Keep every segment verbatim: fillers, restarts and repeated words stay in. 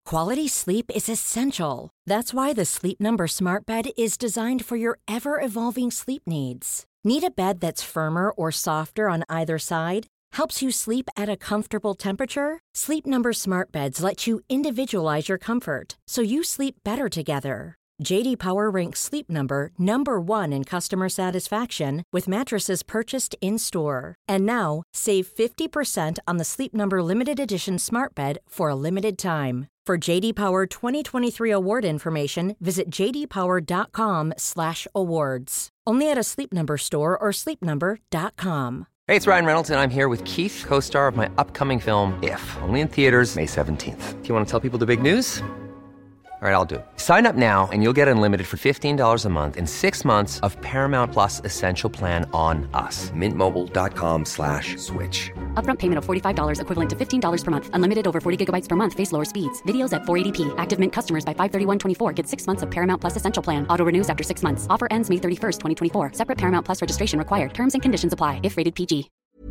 Quality sleep is essential. That's why the Sleep Number Smart Bed is designed for your ever-evolving sleep needs. Need a bed that's firmer or softer on either side? Helps you sleep at a comfortable temperature? Sleep Number Smart Beds let you individualize your comfort, so you sleep better together. J D Power ranks Sleep Number number one in customer satisfaction with mattresses purchased in-store. And now, save fifty percent on the Sleep Number Limited Edition Smart Bed for a limited time. For J D Power twenty twenty-three award information, visit j d power dot com slash awards. Only at a Sleep Number store or sleep number dot com. Hey, it's Ryan Reynolds, and I'm here with Keith, co-star of my upcoming film, If, only in theaters May seventeenth. Do you want to tell people the big news? All right, I'll do it. Sign up now and you'll get unlimited for fifteen dollars a month and six months of Paramount Plus Essential Plan on us. Mint Mobile dot com slash switch. Upfront payment of forty-five dollars equivalent to fifteen dollars per month. Unlimited over forty gigabytes per month. Face lower speeds. Videos at four eighty p. Active Mint customers by five thirty-one twenty-four get six months of Paramount Plus Essential Plan. Auto renews after six months. Offer ends May thirty-first, twenty twenty-four. Separate Paramount Plus registration required. Terms and conditions apply if rated P G.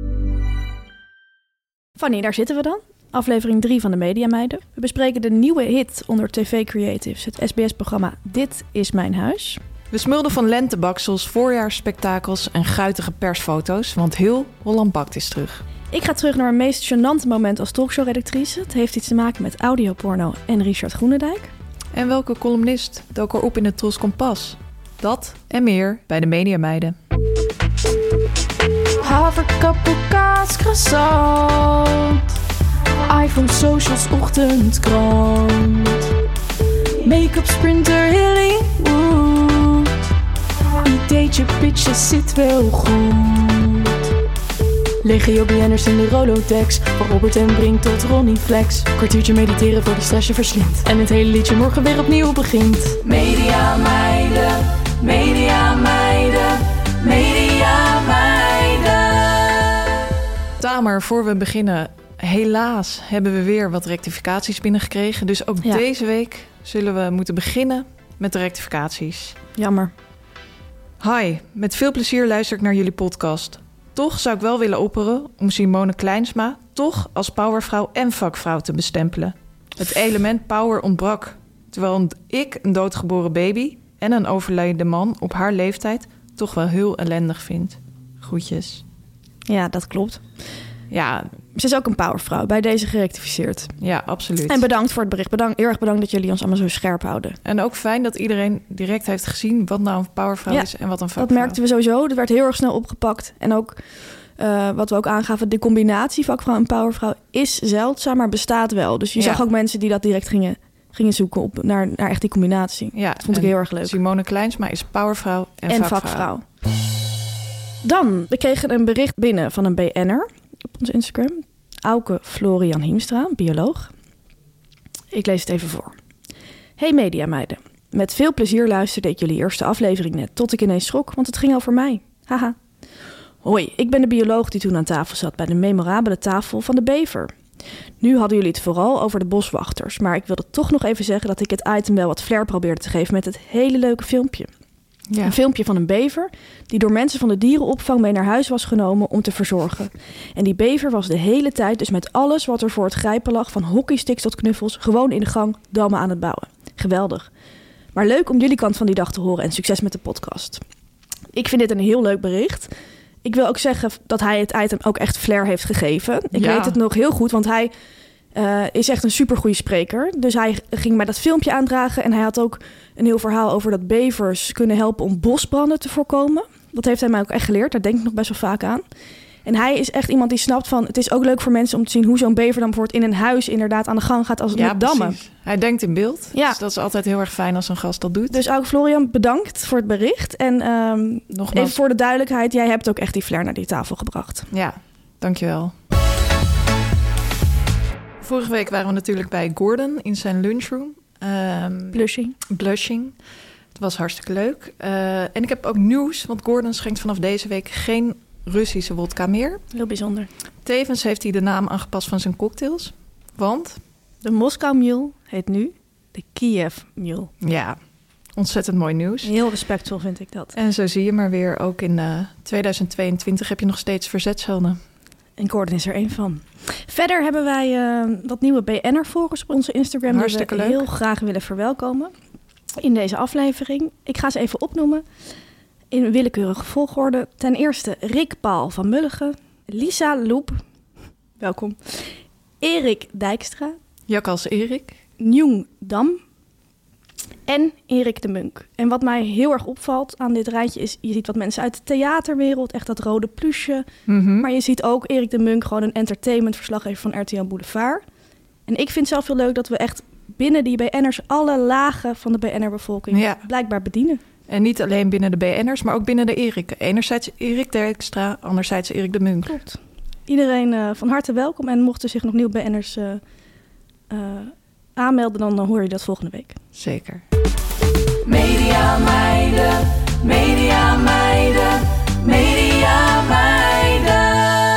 Fanny, daar zitten we dan. Aflevering drie van de Mediameiden. We bespreken de nieuwe hit onder T V Creatives, het S B S-programma Dit is Mijn Huis. We smulden van lentebaksels, voorjaarsspektakels en guitige persfoto's, want heel Holland Bakt is terug. Ik ga terug naar mijn meest gênante moment als talkshow-redactrice. Het heeft iets te maken met audioporno en Richard Groenendijk. En welke columnist dook er op in het Tros Kompas? Dat en meer bij de Mediameiden. Haverkappel, kaas, croissant. iPhone, socials, ochtendkrant. Make-up, sprinter, Hollywood. Ideetje, pitches, zit wel goed. Legio B N'ers in de Rolodex. Van Robert en Brink tot Ronnie Flex. Kwartiertje mediteren voor de stress je verslindt. En het hele liedje morgen weer opnieuw begint. Media meiden, media meiden, media meiden. Tamer, voor we beginnen, helaas hebben we weer wat rectificaties binnengekregen. Dus ook ja. Deze week zullen we moeten beginnen met de rectificaties. Jammer. Hi, met veel plezier luister ik naar jullie podcast. Toch zou ik wel willen opperen om Simone Kleinsma toch als powervrouw en vakvrouw te bestempelen. Het element power ontbrak, terwijl ik een doodgeboren baby en een overleden man op haar leeftijd toch wel heel ellendig vind. Groetjes. Ja, dat klopt. Ja, ze is ook een powervrouw, bij deze gerectificeerd. Ja, absoluut. En bedankt voor het bericht. Bedankt, heel erg bedankt dat jullie ons allemaal zo scherp houden. En ook fijn dat iedereen direct heeft gezien wat nou een powervrouw ja, is en wat een vakvrouw. Dat merkten we sowieso. Dat werd heel erg snel opgepakt. En ook uh, wat we ook aangaven, de combinatie vakvrouw en powervrouw is zeldzaam, maar bestaat wel. Dus je ja. zag ook mensen die dat direct gingen, gingen zoeken op, naar, naar echt die combinatie. Ja, dat vond ik heel erg leuk. Simone Kleinsma is powervrouw en, en vakvrouw. vakvrouw. Dan, we kregen een bericht binnen van een B N'er op ons Instagram. Auke Florian Hiemstra, bioloog. Ik lees het even voor. Hey Mediameiden. Met veel plezier luisterde ik jullie eerste aflevering net, tot ik ineens schrok, want het ging over mij. Haha. Hoi, ik ben de bioloog die toen aan tafel zat bij de memorabele tafel van de bever. Nu hadden jullie het vooral over de boswachters, maar ik wilde toch nog even zeggen dat ik het item wel wat flair probeerde te geven met het hele leuke filmpje. Ja. Een filmpje van een bever die door mensen van de dierenopvang mee naar huis was genomen om te verzorgen. En die bever was de hele tijd dus met alles wat er voor het grijpen lag, van hockeysticks tot knuffels, gewoon in de gang dammen aan het bouwen. Geweldig. Maar leuk om jullie kant van die dag te horen en succes met de podcast. Ik vind dit een heel leuk bericht. Ik wil ook zeggen dat hij het item ook echt flair heeft gegeven. Ik ja. weet het nog heel goed, want hij uh, is echt een supergoeie spreker. Dus hij ging mij dat filmpje aandragen en hij had ook een heel verhaal over dat bevers kunnen helpen om bosbranden te voorkomen. Dat heeft hij mij ook echt geleerd. Daar denk ik nog best wel vaak aan. En hij is echt iemand die snapt van, het is ook leuk voor mensen om te zien hoe zo'n bever dan bijvoorbeeld in een huis inderdaad aan de gang gaat als het ja, met dammen. Precies. Hij denkt in beeld. Ja. Dus dat is altijd heel erg fijn als een gast dat doet. Dus ook Florian, bedankt voor het bericht. En um, Nogmaals. Even voor de duidelijkheid, jij hebt ook echt die flair naar die tafel gebracht. Ja, dankjewel. Vorige week waren we natuurlijk bij Gordon in zijn lunchroom. Um, Blushing. Blushing. Het was hartstikke leuk. Uh, en ik heb ook nieuws, want Gordon schenkt vanaf deze week geen Russische wodka meer. Heel bijzonder. Tevens heeft hij de naam aangepast van zijn cocktails. Want de Moskou Mule heet nu de Kiev Mule. Ja, ontzettend mooi nieuws. Heel respectvol vind ik dat. En zo zie je maar weer, ook in uh, tweeduizend tweeëntwintig heb je nog steeds verzetshelden. En Gordon is er één van. Verder hebben wij uh, wat nieuwe B N R-volgers op onze Instagram... Hartstikke die we leuk. heel graag willen verwelkomen in deze aflevering. Ik ga ze even opnoemen in willekeurige volgorde. Ten eerste Rick Paul van Mulligen, Lisa Loep, welkom, Erik Dijkstra, Jak als Erik. Njung Dam en Erik de Munk. En wat mij heel erg opvalt aan dit rijtje is... je ziet wat mensen uit de theaterwereld, echt dat rode plusje. Mm-hmm. Maar je ziet ook Erik de Munk, gewoon een entertainmentverslaggever van R T L Boulevard. En ik vind zelf heel leuk dat we echt binnen die B N'ers... alle lagen van de B N R-bevolking Ja. blijkbaar bedienen. En niet alleen binnen de B N'ers, maar ook binnen de Erik. Enerzijds Erik Dijkstra, anderzijds Erik de Munk. Klopt. Iedereen uh, van harte welkom. En mochten zich nog nieuwe B N'ers uh, uh, aanmelden... dan uh, hoor je dat volgende week. Zeker. Media meiden, media meiden, media meiden.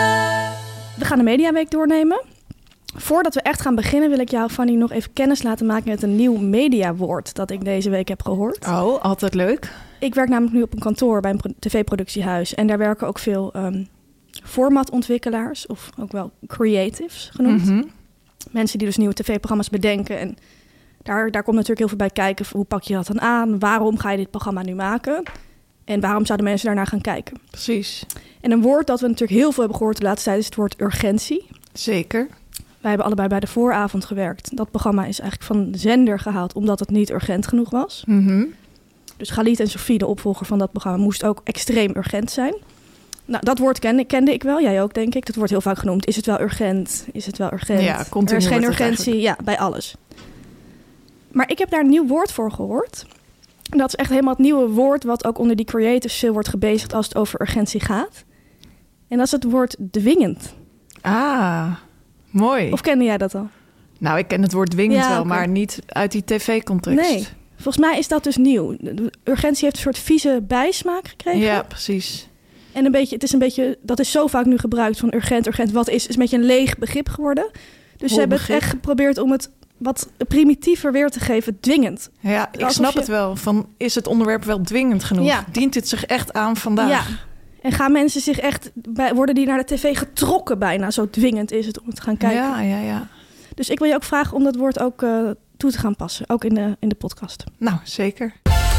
We gaan de Mediaweek doornemen. Voordat we echt gaan beginnen wil ik jou, Fanny, nog even kennis laten maken met een nieuw mediawoord dat ik deze week heb gehoord. Oh, altijd leuk. Ik werk namelijk nu op een kantoor bij een pro- tv-productiehuis en daar werken ook veel um, formatontwikkelaars of ook wel creatives genoemd. Mm-hmm. Mensen die dus nieuwe tv-programma's bedenken en daar, daar komt natuurlijk heel veel bij kijken. Hoe pak je dat dan aan? Waarom ga je dit programma nu maken? En waarom zouden mensen daarnaar gaan kijken? Precies. En een woord dat we natuurlijk heel veel hebben gehoord de laatste tijd is het woord urgentie. Zeker. Wij hebben allebei bij de vooravond gewerkt. Dat programma is eigenlijk van de zender gehaald omdat het niet urgent genoeg was. Mm-hmm. Dus Galit en Sophie, de opvolger van dat programma, moest ook extreem urgent zijn. Nou, dat woord kende, kende ik wel. Jij ook, denk ik. Dat wordt heel vaak genoemd. Is het wel urgent? Is het wel urgent? Ja, continu er is geen wordt het urgentie. Ja, bij alles. Maar ik heb daar een nieuw woord voor gehoord. En dat is echt helemaal het nieuwe woord wat ook onder die creatives veel wordt gebezigd als het over urgentie gaat. En dat is het woord dwingend. Ah, mooi. Of kende jij dat al? Nou, ik ken het woord dwingend Ja, wel, oké. maar niet uit die tv-context. Nee. Volgens mij is dat dus nieuw. De urgentie heeft een soort vieze bijsmaak gekregen. Ja, precies. En een beetje, het is een beetje, dat is zo vaak nu gebruikt van urgent, urgent. Wat is, is een beetje een leeg begrip geworden. Dus ze hebben het begrip. echt geprobeerd om het wat primitiever weer te geven, dwingend. Ja, ik Alsof snap je- het wel. Van, is het onderwerp wel dwingend genoeg? Ja. Dient het zich echt aan vandaag? Ja. En gaan mensen zich echt, bij, worden die naar de tv getrokken bijna? Zo dwingend is het om te gaan kijken. Ja, ja, ja. Dus ik wil je ook vragen om dat woord ook uh, toe te gaan passen. Ook in de, in de podcast. Nou, zeker.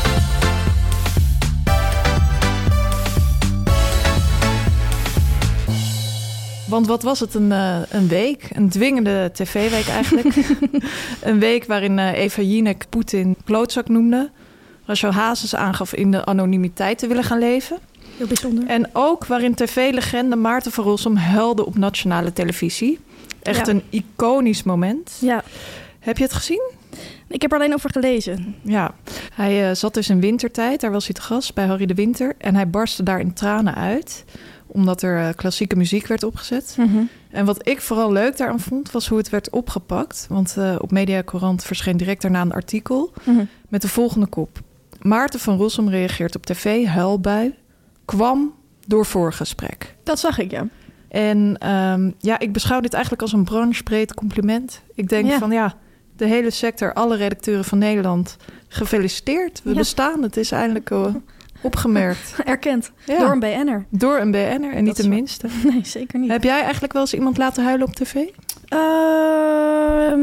Want wat was het een, uh, een week? Een dwingende tv-week eigenlijk. Een week waarin uh, Eva Jinek Poetin klootzak noemde. Rachel Hazes aangaf in de anonimiteit te willen gaan leven. Heel bijzonder. En ook waarin tv-legende Maarten van Rossum huilde op nationale televisie. Echt Ja. een iconisch moment. Ja, Heb je het gezien? ik heb er alleen over gelezen. Ja, hij uh, zat dus in wintertijd. Daar was hij te gast bij Harry de Winter. En hij barstte daar in tranen uit. Omdat er uh, klassieke muziek werd opgezet. Mm-hmm. En wat ik vooral leuk daaraan vond, was hoe het werd opgepakt. Want uh, op Mediacourant verscheen direct daarna een artikel Mm-hmm. met de volgende kop. Maarten van Rossum reageert op tv, huilbui, kwam door voorgesprek. Dat zag ik, ja. En um, ja, ik beschouw dit eigenlijk als een branchebreed compliment. Ik denk Ja. van ja, de hele sector, alle redacteuren van Nederland, gefeliciteerd. We Ja. bestaan, het is eindelijk uh, opgemerkt. Erkend. Ja. Door een B N'er. Door een B N'er en niet Dat is de waar. minste. Nee, zeker niet. Heb jij eigenlijk wel eens iemand laten huilen op tv? Ehm,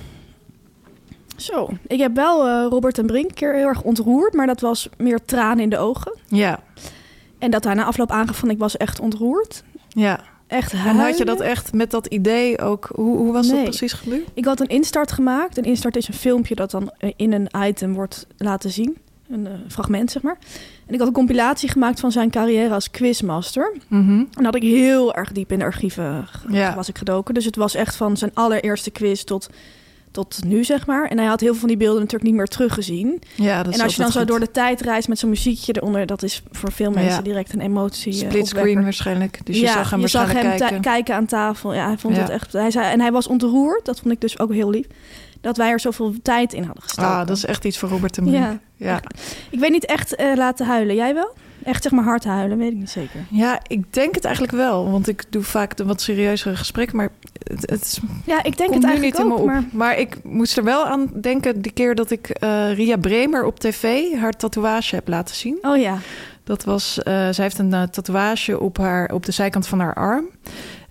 zo, ik heb wel uh, Robert en Brink een keer heel erg ontroerd, maar dat was meer tranen in de ogen. Ja, En dat hij na afloop aangaf van ik was echt ontroerd. ja. Echt En huilen. had je dat echt met dat idee ook? Hoe, hoe was Nee. dat precies gebeurd? Ik had een instart gemaakt. Een instart is een filmpje dat dan uh, in een item wordt laten zien. Een uh, fragment, zeg maar. En ik had een compilatie gemaakt van zijn carrière als quizmaster. Mm-hmm. En had ik heel erg diep in de archieven g- Ja. was ik gedoken. Dus het was echt van zijn allereerste quiz tot, tot nu, zeg maar. En hij had heel veel van die beelden natuurlijk niet meer teruggezien. Ja, dat is En als je dan altijd zo goed. door de tijd reist met zo'n muziekje eronder... dat is voor veel mensen Ja. direct een emotie. eh, Split screen opwekker. waarschijnlijk. Dus je Ja, zag hem je zag waarschijnlijk hem kijken. ta- kijken aan tafel. Ja, hij vond Ja. het echt. Hij zei, en hij was ontroerd. Dat vond ik dus ook heel lief. Dat wij er zoveel tijd in hadden gestoken. Ah, dat is echt iets voor Robert de Brink. Ja. Ja. Ik weet niet echt uh, laten huilen. Jij wel? Echt zeg maar hard huilen, weet ik niet zeker. Ja, ik denk het eigenlijk wel. Want ik doe vaak de wat serieuzere gesprekken. Maar het, het is- Ja, ik denk komt het nu eigenlijk niet in me ook. op. Maar Maar... ik moest er wel aan denken die keer dat ik uh, Ria Bremer op tv haar tatoeage heb laten zien. oh ja. Dat was, uh, zij heeft een uh, tatoeage op, haar, op de zijkant van haar arm.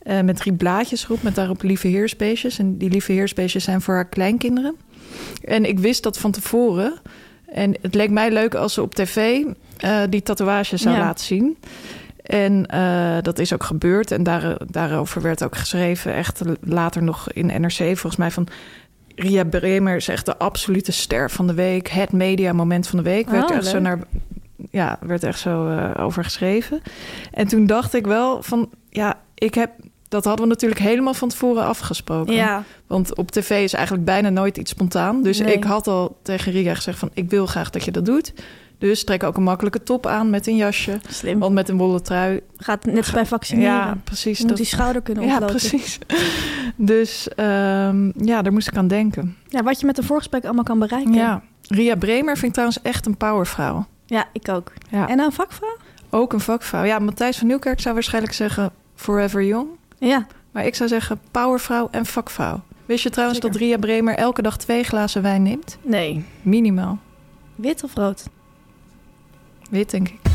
Uh, met drie blaadjes erop, met daarop lieve heersbeestjes. En die lieve heersbeestjes zijn voor haar kleinkinderen. En ik wist dat van tevoren. En het leek mij leuk als ze op tv uh, die tatoeage zou ja. laten zien. En uh, dat is ook gebeurd. En daar, daarover werd ook geschreven, echt later nog in N R C volgens mij, van Ria Bremer is echt de absolute ster van de week. Het media moment van de week. Werd oh, echt zo naar, ja, werd echt zo uh, over geschreven. En toen dacht ik wel van, ja, ik heb, dat hadden we natuurlijk helemaal van tevoren afgesproken. Ja. Want op tv is eigenlijk bijna nooit iets spontaan. Dus nee. ik had al tegen Ria gezegd van, ik wil graag dat je dat doet. Dus trek ook een makkelijke top aan met een jasje. Slim. Want met een wollen trui... Gaat net als bij vaccineren. Ja, precies. Je moet die schouder kunnen oplopen. Ja, precies. Dus um, ja, daar moest ik aan denken. Ja, wat je met een voorgesprek allemaal kan bereiken. Ja. Ria Bremer vind ik trouwens echt een powervrouw. Ja, ik ook. Ja. En een vakvrouw? Ook een vakvrouw. Ja, Matthijs van Nieuwkerk zou waarschijnlijk zeggen forever young. Ja. Maar ik zou zeggen powervrouw en vakvrouw. Wist je trouwens Zeker. dat Ria Bremer elke dag twee glazen wijn neemt? Nee. Minimaal. Wit of rood? Wit, denk ik.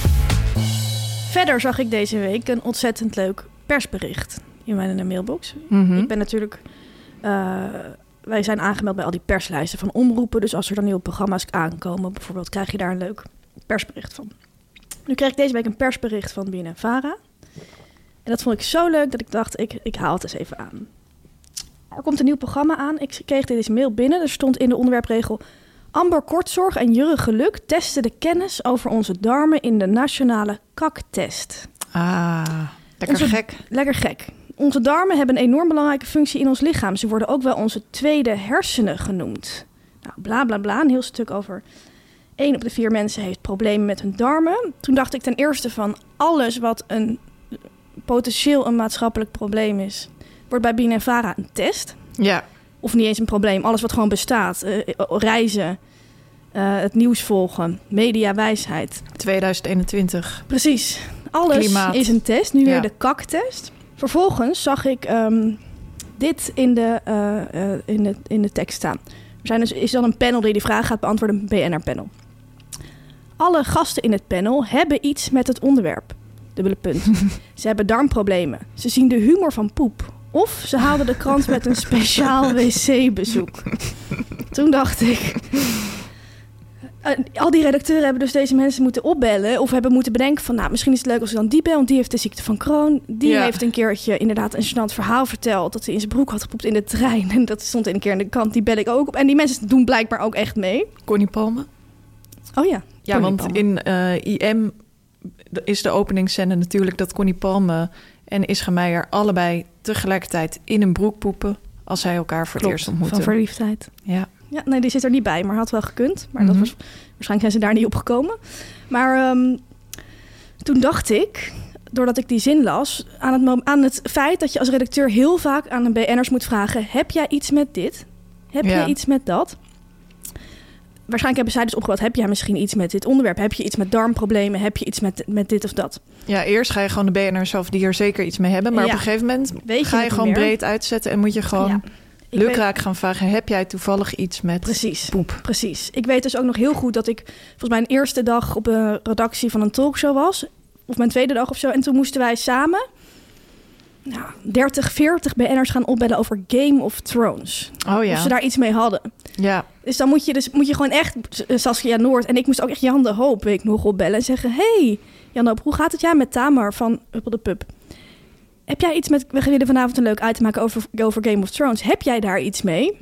Verder zag ik deze week een ontzettend leuk persbericht in mijn mailbox. Mm-hmm. Ik ben natuurlijk... Uh, wij zijn aangemeld bij al die perslijsten van omroepen. Dus als er dan nieuwe programma's aankomen, bijvoorbeeld, krijg je daar een leuk persbericht van. Nu kreeg ik deze week een persbericht van B N N Vara. En dat vond ik zo leuk dat ik dacht, ik, ik haal het eens even aan. Er komt een nieuw programma aan. Ik kreeg deze mail binnen. Er stond in de onderwerpregel: Amber Kortzorg en Jurre Geluk testen de kennis over onze darmen in de nationale kaktest. Ah, lekker onze, gek. Lekker gek. Onze darmen hebben een enorm belangrijke functie in ons lichaam. Ze worden ook wel onze tweede hersenen genoemd. Nou, bla bla bla, een heel stuk over. Eén op de vier mensen heeft problemen met hun darmen. Toen dacht ik ten eerste van alles wat een potentieel een maatschappelijk probleem is, wordt bij B N N Vara een test. Ja. Of niet eens een probleem. Alles wat gewoon bestaat. Uh, reizen, uh, het nieuws volgen, mediawijsheid. tweeduizend eenentwintig. Precies. Alles Klimaat. Is een test. Nu ja. weer de kaktest. Vervolgens zag ik um, dit in de, uh, uh, in, de, in de tekst staan. Er zijn dus, is dan een panel die die vraag gaat beantwoorden, een B N R-panel. Alle gasten in het panel hebben iets met het onderwerp. Dubbele punt. Ze hebben darmproblemen. Ze zien de humor van poep. Of ze haalden de krant met een speciaal wc-bezoek. Toen dacht ik... Uh, al die redacteuren hebben dus deze mensen moeten opbellen, of hebben moeten bedenken van, nou, misschien is het leuk als we dan die bellen, want die heeft de ziekte van Crohn. Die ja. heeft een keertje inderdaad een gênant verhaal verteld dat hij in zijn broek had gepoept in de trein. En dat stond in een keer in de krant, die bel ik ook op. En die mensen doen blijkbaar ook echt mee. Connie Palme. Oh ja. Ja, Connie want Palme. in uh, I M is de openingsscène natuurlijk dat Connie Palme en Ischa Meijer allebei tegelijkertijd in een broek poepen als zij elkaar voor Klopt, het eerst ontmoeten. Van verliefdheid. Ja. Ja, nee, die zit er niet bij, maar had wel gekund. Maar mm-hmm. dat was, waarschijnlijk zijn ze daar niet op gekomen. Maar um, toen dacht ik, doordat ik die zin las, aan het, mom- aan het feit dat je als redacteur heel vaak aan de B N'ers moet vragen, heb jij iets met dit? Heb ja. jij iets met dat? Waarschijnlijk hebben zij dus opgebouwd, heb jij misschien iets met dit onderwerp? Heb je iets met darmproblemen? Heb je iets met, met dit of dat? Ja, eerst ga je gewoon de B N'ers af die er zeker iets mee hebben. Maar ja. op een gegeven moment Weet je ga je gewoon meer? breed uitzetten en moet je gewoon... Ja. lukraak gaan vragen, heb jij toevallig iets met precies, poep? Precies. Ik weet dus ook nog heel goed dat ik volgens mij een eerste dag op een redactie van een talkshow was. Of mijn tweede dag of zo. En toen moesten wij samen nou, dertig, veertig B N'ers gaan opbellen over Game of Thrones. Oh ja. Of ze daar iets mee hadden. Ja. Dus dan moet je, dus, moet je gewoon echt, Saskia Noord en ik moest ook echt Jan de Hoop, weet ik nog, opbellen en zeggen, hey, Jan de Hoop, hoe gaat het jij met Tamar van Uppel de Pub? Heb jij iets met... We willen vanavond een leuk item maken over, over Game of Thrones. Heb jij daar iets mee?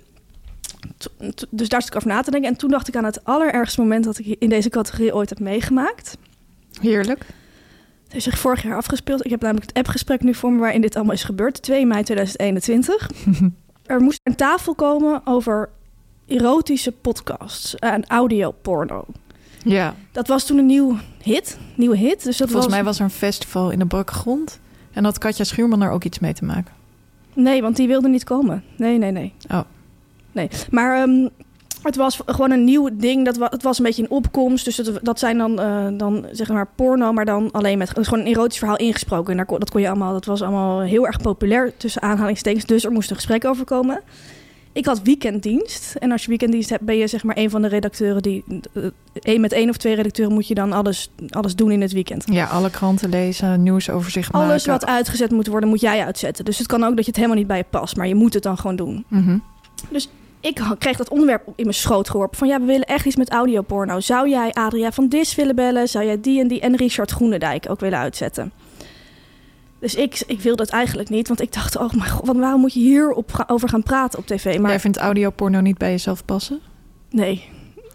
Dus daar zat ik over na te denken. En toen dacht ik aan het allerergste moment dat ik in deze categorie ooit heb meegemaakt. Heerlijk. Het is zich vorig jaar afgespeeld. Ik heb namelijk het appgesprek nu voor me waarin dit allemaal is gebeurd. twee mei tweeduizend eenentwintig. Er moest een tafel komen over erotische podcasts en audioporno. Ja. Dat was toen een nieuw hit. Nieuwe hit. Dus dat Volgens was... mij was er een festival in de brakke grond. En had Katja Schuurman er ook iets mee te maken? Nee, want die wilde niet komen. Nee, nee, nee. Oh. Nee, maar um, het was gewoon een nieuw ding. Dat wa- het was een beetje een opkomst. Dus dat, dat zijn dan, uh, dan zeg maar porno, maar dan alleen met gewoon een erotisch verhaal ingesproken. En daar kon, dat kon je allemaal, dat was allemaal heel erg populair tussen aanhalingstekens. Dus er moest een gesprek over komen. Ik had weekenddienst. En als je weekenddienst hebt, ben je zeg maar een van de redacteuren die... Uh, met één of twee redacteuren moet je dan alles, alles doen in het weekend. Ja, alle kranten lezen, nieuwsoverzicht maken. Alles wat uitgezet moet worden, moet jij uitzetten. Dus het kan ook dat je het helemaal niet bij je past. Maar je moet het dan gewoon doen. Mm-hmm. Dus ik kreeg dat onderwerp in mijn schoot geworpen. Van ja, we willen echt iets met audioporno. Zou jij Adria van Dis willen bellen? Zou jij die en die en Richard Groenendijk ook willen uitzetten? Dus ik, ik wilde het eigenlijk niet. Want ik dacht, oh mijn god, waarom moet je hierover over gaan praten op tv? Maar jij vindt audioporno niet bij jezelf passen? Nee.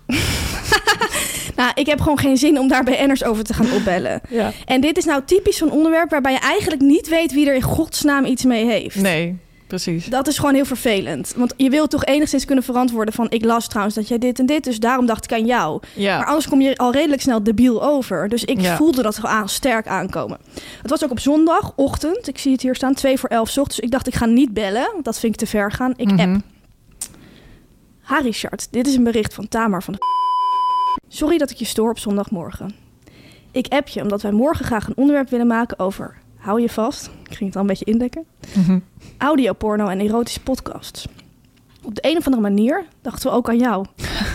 Nou, ik heb gewoon geen zin om daar B N'ers over te gaan opbellen. Ja. En dit is nou typisch zo'n onderwerp waarbij je eigenlijk niet weet wie er in godsnaam iets mee heeft. Nee, precies. Dat is gewoon heel vervelend. Want je wilt toch enigszins kunnen verantwoorden van... ik las trouwens dat jij dit en dit, dus daarom dacht ik aan jou. Ja. Maar anders kom je al redelijk snel debiel over. Dus ik Ja. voelde dat gewoon aan, sterk aankomen. Het was ook op zondagochtend. Ik zie het hier staan, twee voor elf 's ochtends. Dus ik dacht, ik ga niet bellen, want dat vind ik te ver gaan. Ik Mm-hmm. app. Ha, Richard, dit is een bericht van Tamar van de... Sorry dat ik je stoor op zondagmorgen. Ik app je omdat wij morgen graag een onderwerp willen maken over... hou je vast, ik ging het al een beetje indekken... Mm-hmm. audioporno en erotische podcasts. Op de een of andere manier dachten we ook aan jou.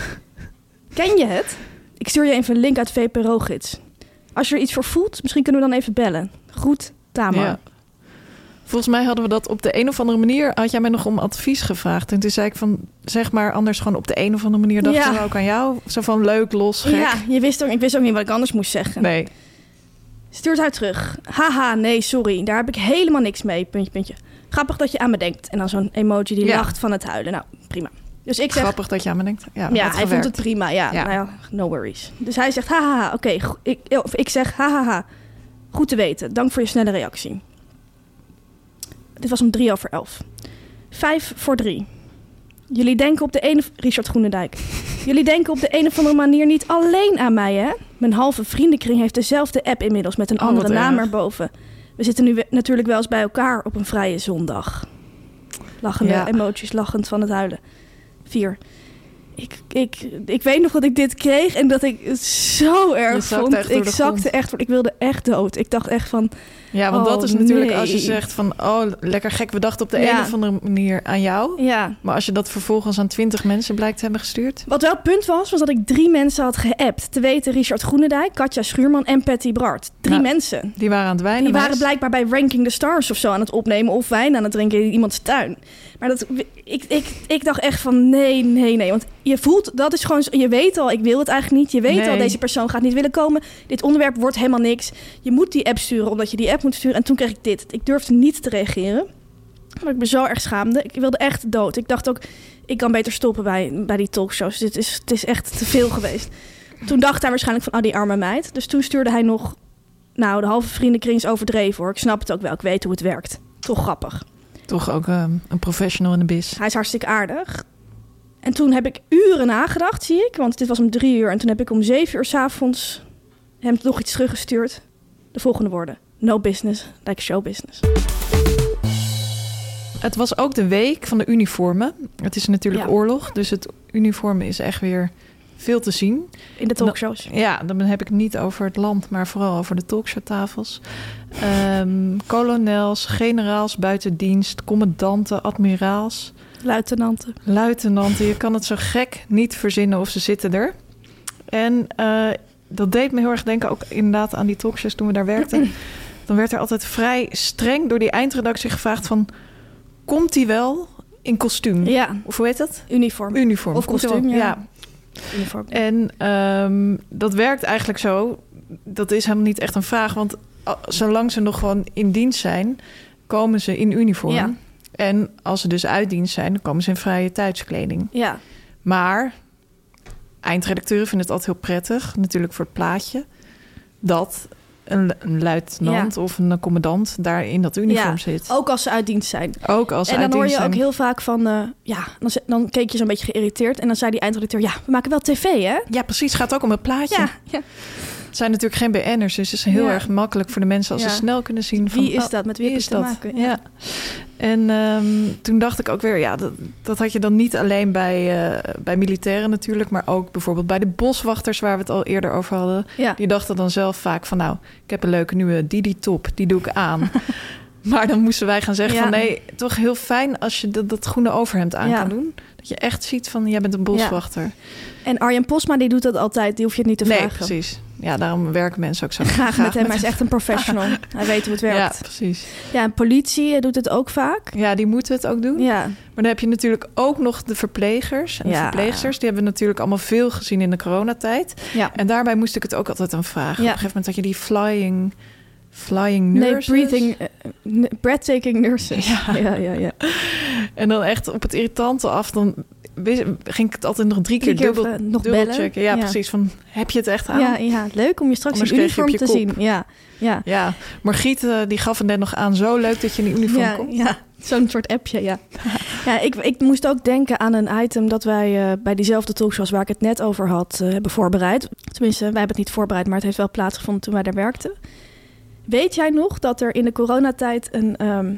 Ken je het? Ik stuur je even een link uit V P R O-gids. Als je er iets voor voelt, misschien kunnen we dan even bellen. Groet, Tamar. Ja. Volgens mij hadden we dat op de een of andere manier... had jij mij nog om advies gevraagd. En toen zei ik van, zeg maar anders gewoon op de een of andere manier... dachten Ja. we ook aan jou. Zo van leuk, los, gek. Ja, je wist ook, ik wist ook niet wat ik anders moest zeggen. Nee. Stuurt hij terug. Haha, nee, sorry. Daar heb ik helemaal niks mee. Puntje, puntje. Grappig dat je aan me denkt. En dan zo'n emoji die Ja. lacht van het huilen. Nou, prima. Dus ik zeg... Grappig dat je aan me denkt. Ja, Ja, had hij gewerkt. vond het prima. Ja, Ja. Nou ja, no worries. Dus hij zegt, hahaha, oké. go- ik, of ik zeg, hahaha, goed te weten. Dank voor je snelle reactie. Dit was om drie over elf. Vijf voor drie. Jullie denken op de ene... Richard Groenendijk. Jullie denken op de een of andere manier niet alleen aan mij, hè? Mijn halve vriendenkring heeft dezelfde app inmiddels... met een Oh, andere wat naam erg. erboven. We zitten nu we- natuurlijk wel eens bij elkaar op een vrije zondag. Lachende Ja. emojis, lachend van het huilen. Vier. Ik, ik, ik weet nog dat ik dit kreeg en dat ik het zo Je erg zakte vond. echt door Ik de zakte grond. echt, ik wilde echt dood. Ik dacht echt van... Ja, want Oh, dat is natuurlijk nee. als je zegt van... oh, lekker gek, we dachten op de Ja. een of andere manier aan jou. Ja. Maar als je dat vervolgens aan twintig mensen blijkt te hebben gestuurd... Wat wel het punt was, was dat ik drie mensen had geappt. Te weten Richard Groenendijk, Katja Schuurman en Patty Bart. Drie Nou, mensen. die waren aan het wijnen. Die waren meis. blijkbaar bij Ranking the Stars of zo aan het opnemen... of wijn aan het drinken in iemands tuin. Maar dat, ik, ik, ik dacht echt van nee, nee, nee. Want je voelt, dat is gewoon... Je weet al, ik wil het eigenlijk niet. Je weet Nee. al, deze persoon gaat niet willen komen. Dit onderwerp wordt helemaal niks. Je moet die app sturen, omdat je die app moet sturen. En toen kreeg ik dit. Ik durfde niet te reageren. Maar ik me zo erg schaamde. Ik wilde echt dood. Ik dacht ook, ik kan beter stoppen bij, bij die talkshows. Dit is, het is echt te veel geweest. Toen dacht hij waarschijnlijk van, ah, die arme meid. Dus toen stuurde hij nog... Nou, de halve vriendenkring is overdreven, hoor. Ik snap het ook wel. Ik weet hoe het werkt. Toch grappig. Toch ook um, een professional in de biz. Hij is hartstikke aardig. En toen heb ik uren nagedacht, zie ik. Want dit was om drie uur. En toen heb ik om zeven uur 's avonds hem nog iets teruggestuurd. De volgende woorden. No business, like show business. Het was ook de week van de uniformen. Het is natuurlijk Ja. oorlog, dus het uniformen is echt weer veel te zien. In de talkshows. Ja, dan heb ik het niet over het land, maar vooral over de talkshowtafels. Um, kolonels, generaals buiten dienst, commandanten, admiraals, Luitenanten. luitenanten. Je kan het zo gek niet verzinnen of ze zitten er. En uh, dat deed me heel erg denken ook inderdaad aan die talkshows toen we daar werkten. Dan werd er altijd vrij streng door die eindredactie gevraagd van... komt hij wel in kostuum? Ja, Of hoe heet dat? uniform. Uniform. Of Komt hij wel- kostuum, ja. ja. Uniform. En um, dat werkt eigenlijk zo. Dat is helemaal niet echt een vraag. Want uh, zolang ze nog gewoon in dienst zijn... komen ze in uniform. Ja. En als ze dus uit dienst zijn... dan komen ze in vrije tijdskleding. Ja, Maar eindredacteuren vinden het altijd heel prettig... natuurlijk voor het plaatje... dat een, een luitenant Ja. of een commandant... daar in dat uniform ja. zit. Ook als ze uit dienst zijn. Ook als ze En dan uit hoor je dienst ook zijn. heel vaak van... Uh, ja, dan, ze- dan keek je zo'n beetje geïrriteerd. En dan zei die eindredacteur... ja, we maken wel tv, hè? Ja, precies. Het gaat ook om het plaatje. Ja, ja. Het zijn natuurlijk geen B N'ers, dus het is heel Ja. erg makkelijk voor de mensen... als Ja. ze snel kunnen zien van... Wie is oh, dat? Met wie heb ik is te dat? maken? Ja. En um, toen dacht ik ook weer... ja, dat, dat had je dan niet alleen bij, uh, bij militairen natuurlijk... maar ook bijvoorbeeld bij de boswachters... waar we het al eerder over hadden. Ja. Die dachten dan zelf vaak van... nou, ik heb een leuke nieuwe Didi-top, die doe ik aan. Maar dan moesten wij gaan zeggen Ja. van... nee, toch heel fijn als je dat, dat groene overhemd aan Ja. kan doen. Dat je echt ziet van, jij bent een boswachter. En Arjen Posma, die doet dat altijd. Die hoef je het niet te Nee, vragen. precies. Ja, daarom werken mensen ook zo Graag met hem. Hij is echt een professional. Hij weet hoe het Ja, werkt. precies. Ja, en politie doet het ook vaak. Ja, die moeten het ook doen. Ja, Maar dan heb je natuurlijk ook nog de verplegers. En de Ja. verpleegsters, die hebben we natuurlijk allemaal veel gezien in de coronatijd. ja. En daarbij moest ik het ook altijd aan vragen. Ja. Op een gegeven moment had je die flying, flying Nee, nurses. breathing, uh, n- breathtaking nurses. Ja. ja, ja. ja. En dan echt op het irritante af, dan wist- ging ik het altijd nog drie keer, Drie keer dubbel, of, eh, nog dubbel bellen. checken. Ja, Ja. precies. Van, heb je het echt aan? Ja, ja, leuk om je straks Anders in kreeg je op uniform te je kop. zien. Ja, ja. Ja, Margriet eh, die gaf het net nog aan. Zo leuk dat je in die uniform Ja, komt. ja, zo'n soort appje, ja. ja ik, ik moest ook denken aan een item dat wij uh, bij diezelfde talkshows waar ik het net over had uh, hebben voorbereid. Tenminste, wij hebben het niet voorbereid, maar het heeft wel plaatsgevonden toen wij daar werkten. Weet jij nog dat er in de coronatijd een, um,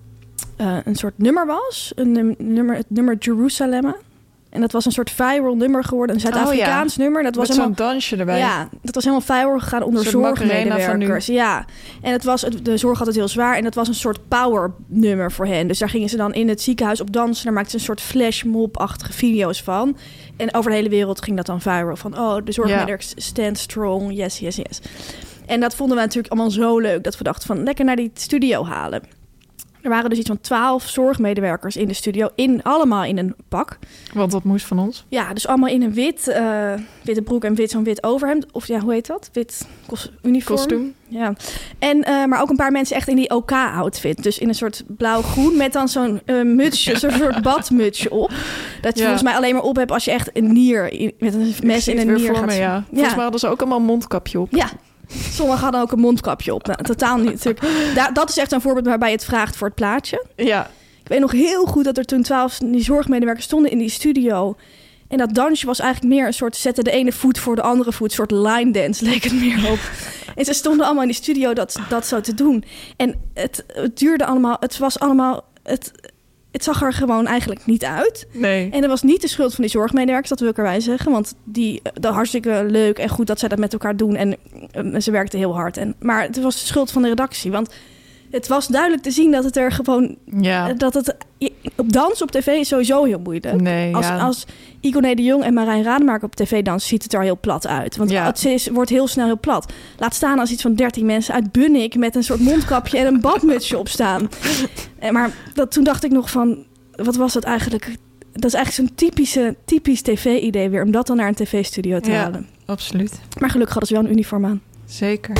uh, een soort nummer was? Een num- nummer, het nummer Jerusalem. En dat was een soort viral nummer geworden, een Zuid-Afrikaans Oh ja. nummer. Dat was Met helemaal, zo'n dansje erbij. ja, dat was helemaal viral gegaan onder Een soort Macarena van zorgmedewerkers. Ja, en het was, het- de zorg had het heel zwaar en het was een soort power nummer voor hen. Dus daar gingen ze dan in het ziekenhuis op dansen. Daar maakten ze een soort flashmob-achtige video's van. En over de hele wereld ging dat dan viral. Van, oh, de zorgmedewerkers stand strong, yes, yes, yes. En dat vonden we natuurlijk allemaal zo leuk, dat we dachten van, lekker naar die studio halen. Er waren dus iets van twaalf zorgmedewerkers in de studio, in, allemaal in een pak. Want dat moest van ons. Ja, dus allemaal in een wit, uh, witte broek en wit, zo'n wit overhemd. Of ja, hoe heet dat? Wit kos- uniform. Kostuum. Ja. En, uh, maar ook een paar mensen echt in die O K-outfit. Dus in een soort blauw-groen met dan zo'n uh, mutsje, zo'n soort badmutsje op. Dat je Ja. volgens mij alleen maar op hebt als je echt een nier, in- met een Ik mes zie in het een weer nier voor gaat. me, ja. Volgens Ja. mij hadden ze ook allemaal een mondkapje op. Ja. Sommigen hadden ook een mondkapje op. Nou, totaal niet natuurlijk. Da- dat is echt een voorbeeld waarbij je het vraagt voor het plaatje. Ja. Ik weet nog heel goed dat er toen twaalf die zorgmedewerkers stonden in die studio. En dat dansje was eigenlijk meer een soort zetten de ene voet voor de andere voet. Een soort line dance leek het meer op. En ze stonden allemaal in die studio dat, dat zo te doen. En het, het duurde allemaal, het was allemaal, het, het zag er gewoon eigenlijk niet uit. Nee. En dat was niet de schuld van die zorgmedewerkers, dat wil ik erbij zeggen. Want die, dat hartstikke leuk en goed dat zij dat met elkaar doen. En uh, ze werkten heel hard. En, maar het was de schuld van de redactie. Want het was duidelijk te zien dat het er gewoon... Ja. Dat het, op dans op tv is sowieso heel moeilijk. Nee, als, ja. als Iconé de Jong en Marijn Rademaker op tv dansen, ziet het er heel plat uit. Want Ja. het is, wordt heel snel heel plat. Laat staan als iets van dertien mensen uit Bunnik met een soort mondkapje en een badmutsje op staan. En maar dat, toen dacht ik nog van, wat was dat eigenlijk? Dat is eigenlijk zo'n typische, typisch tv-idee weer, om dat dan naar een tv-studio te Ja. halen. Absoluut. Maar gelukkig hadden ze wel een uniform aan. Zeker.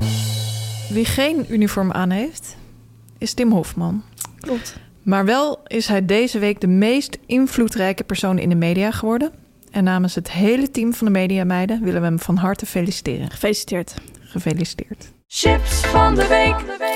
Wie geen uniform aan heeft, is Tim Hofman. Klopt. Maar wel is hij deze week de meest invloedrijke persoon in de media geworden. En namens het hele team van de Mediameiden willen we hem van harte feliciteren. Gefeliciteerd. Gefeliciteerd. Chips van de week.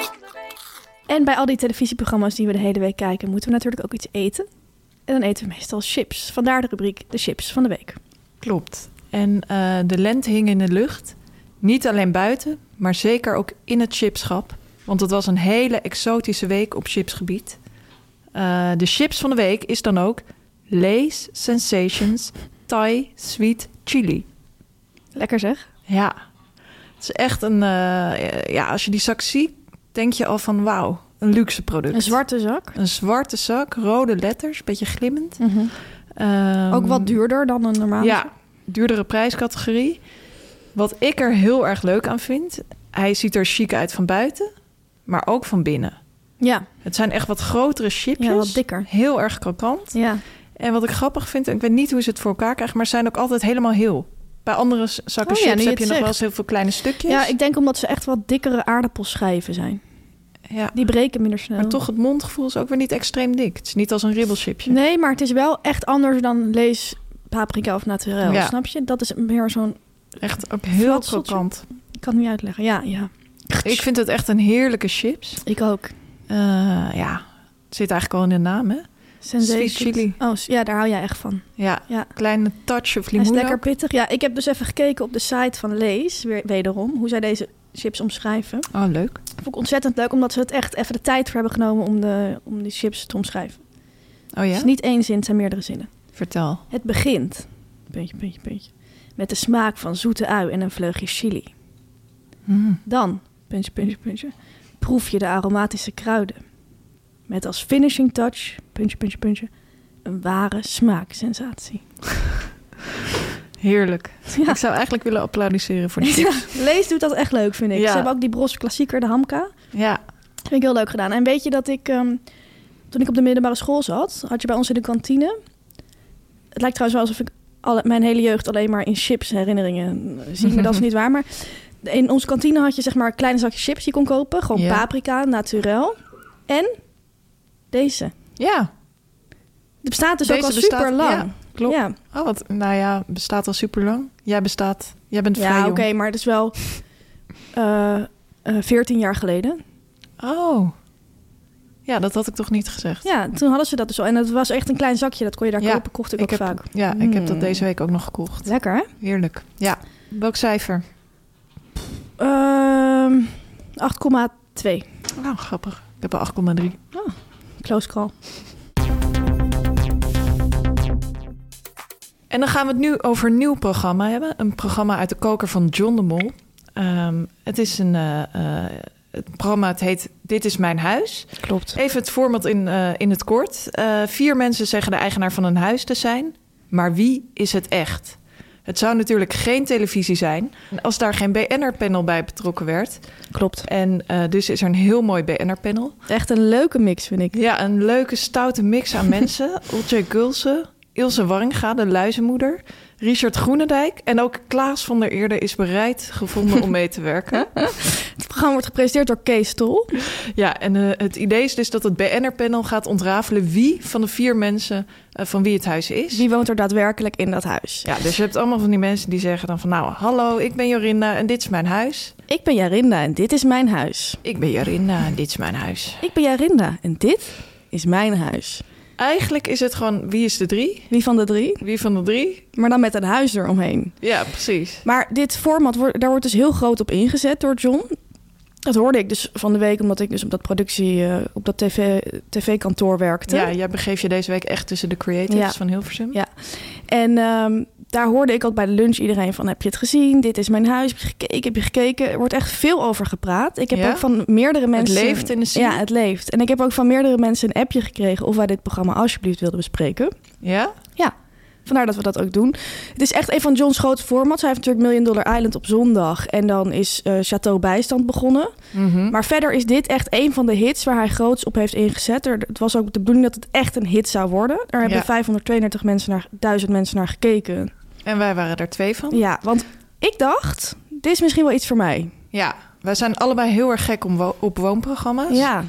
En bij al die televisieprogramma's die we de hele week kijken, moeten we natuurlijk ook iets eten. En dan eten we meestal chips. Vandaar de rubriek de chips van de week. Klopt. En uh, de lente hing in de lucht. Niet alleen buiten, maar zeker ook in het chipschap. Want het was een hele exotische week op chipsgebied. Uh, de chips van de week is dan ook Lay's Sensations Thai Sweet Chili. Lekker zeg. Ja, het is echt een... Uh, ja, als je die zak ziet, denk je al van wauw, een luxe product. Een zwarte zak. Een zwarte zak, rode letters, beetje glimmend. Mm-hmm. Um, ook wat duurder dan een normale. Ja, duurdere prijscategorie. Wat ik er heel erg leuk aan vind, hij ziet er chic uit van buiten, maar ook van binnen. Ja. Het zijn echt wat grotere chipjes. Ja, wat dikker. Heel erg krokant. Ja. En wat ik grappig vind, en ik weet niet hoe ze het voor elkaar krijgen, maar ze zijn ook altijd helemaal heel. Bij andere zakken oh, ja, chips heb je nog zegt. wel eens heel veel kleine stukjes. Ja, ik denk omdat ze echt wat dikkere aardappelschijven zijn. Ja. Die breken minder snel. Maar toch, het mondgevoel is ook weer niet extreem dik. Het is niet als een ribbelchipje. Nee, maar het is wel echt anders dan Lay's paprika of naturel, ja. snap je? Dat is meer zo'n... Echt ook heel krokant. Ik kan het niet uitleggen, ja, ja. Ik vind het echt een heerlijke chips. Ik ook. Uh, ja, het zit eigenlijk al in de naam, hè? Sensation. Sweet chili. Oh, ja, daar hou jij echt van. Ja, ja. kleine touch of Hij limoen. is lekker ook. pittig. Ja, ik heb dus even gekeken op de site van Lay's, weer, wederom, hoe zij deze chips omschrijven. Oh, leuk. Vond ik ontzettend leuk, omdat ze het echt even de tijd voor hebben genomen om, de, om die chips te omschrijven. Oh ja? Het is niet één zin, het zijn meerdere zinnen. Vertel. Het begint, puntje, puntje, puntje, met de smaak van zoete ui en een vleugje chili. Mm. Dan, puntje, puntje, puntje, proef je de aromatische kruiden. Met als finishing touch, puntje, puntje, puntje, een ware smaaksensatie. Heerlijk. Ja. Ik zou eigenlijk willen applaudisseren voor die tips. Ja, Lees doet dat echt leuk, vind ik. Ja. Ze hebben ook die Bros klassieker, de Hamka. Ja. Vind ik heel leuk gedaan. En weet je dat ik, um, toen ik op de middelbare school zat, had je bij ons in de kantine. Het lijkt trouwens wel alsof ik alle, mijn hele jeugd alleen maar in chips herinneringen zie, maar dat is niet waar. Maar in onze kantine had je zeg maar kleine zakjes chips die je kon kopen. Gewoon Ja. paprika, naturel. En deze. Ja. Het bestaat dus Deze ook al bestaat- super lang. ja, klopt. Ja, Oh, wat, nou ja, bestaat al super lang. Jij bestaat, jij bent vrij ja jong. oké, maar het is wel uh, uh, veertien jaar geleden. Oh. Ja, dat had ik toch niet gezegd. Ja, toen hadden ze dat dus al. En het was echt een klein zakje, dat kon je daar Ja, kopen, kocht ik, ik ook heb, vaak. Ja, ik heb dat Mm. deze week ook nog gekocht. Lekker, hè? Heerlijk. Ja. Welk cijfer? Ehm acht komma twee. Nou, grappig. Ik heb een acht komma drie. Oh, close call. En dan gaan we het nu over een nieuw programma hebben. Een programma uit de koker van John de Mol. Um, het is een uh, uh, het programma, het heet Dit is mijn huis. Klopt. Even het format in, uh, in het kort. Uh, vier mensen zeggen de eigenaar van een huis te zijn. Maar wie is het echt? Het zou natuurlijk geen televisie zijn als daar geen B N R-panel bij betrokken werd. Klopt. En uh, dus is er een heel mooi B N R-panel. Echt een leuke mix, vind ik. Ja, een leuke, stoute mix aan mensen. Ultje Gulsen, Ilse Warringa, de luizenmoeder, Richard Groenendijk en ook Klaas van der Eerde is bereid gevonden om mee te werken. Het programma wordt gepresenteerd door Kees Tol. Ja, en uh, het idee is dus dat het B N R-panel gaat ontrafelen wie van de vier mensen uh, van wie het huis is. Wie woont er daadwerkelijk in dat huis? Ja, dus je hebt allemaal van die mensen die zeggen dan van nou, hallo, ik ben Jorinda en dit is mijn huis. Ik ben Jarinda en dit is mijn huis. Ik ben Jorinda en dit is mijn huis. Ik ben Jarinda en dit is mijn huis. Eigenlijk is het gewoon wie is de drie? Wie van de drie? Wie van de drie? Maar dan met een huis eromheen. Ja, precies. Maar dit format, wordt, daar wordt dus heel groot op ingezet door John. Dat hoorde ik dus van de week, omdat ik dus op dat productie, uh, op dat tv, tv-kantoor werkte. Ja, jij begeeft je deze week echt tussen de creatives Ja. van Hilversum. Ja. En um, daar hoorde ik ook bij de lunch iedereen van, heb je het gezien? Dit is mijn huis. Heb je gekeken? Heb je gekeken? Er wordt echt veel over gepraat. Ik heb Ja? ook van meerdere mensen... Het leeft in de scene. Ja, het leeft. En ik heb ook van meerdere mensen een appje gekregen of wij dit programma alsjeblieft wilden bespreken. Ja? Ja. Vandaar dat we dat ook doen. Het is echt een van John's grote formats. Hij heeft natuurlijk Million Dollar Island op zondag. En dan is uh, Chateau Bijstand begonnen. Mm-hmm. Maar verder is dit echt een van de hits waar hij groots op heeft ingezet. Er, het was ook de bedoeling dat het echt een hit zou worden. Er hebben Ja. vijfhonderdtweeëndertig mensen naar, duizend mensen naar gekeken. En wij waren er twee van. Ja, want ik dacht, dit is misschien wel iets voor mij. Ja, wij zijn allebei heel erg gek om wo- op woonprogramma's. Ja,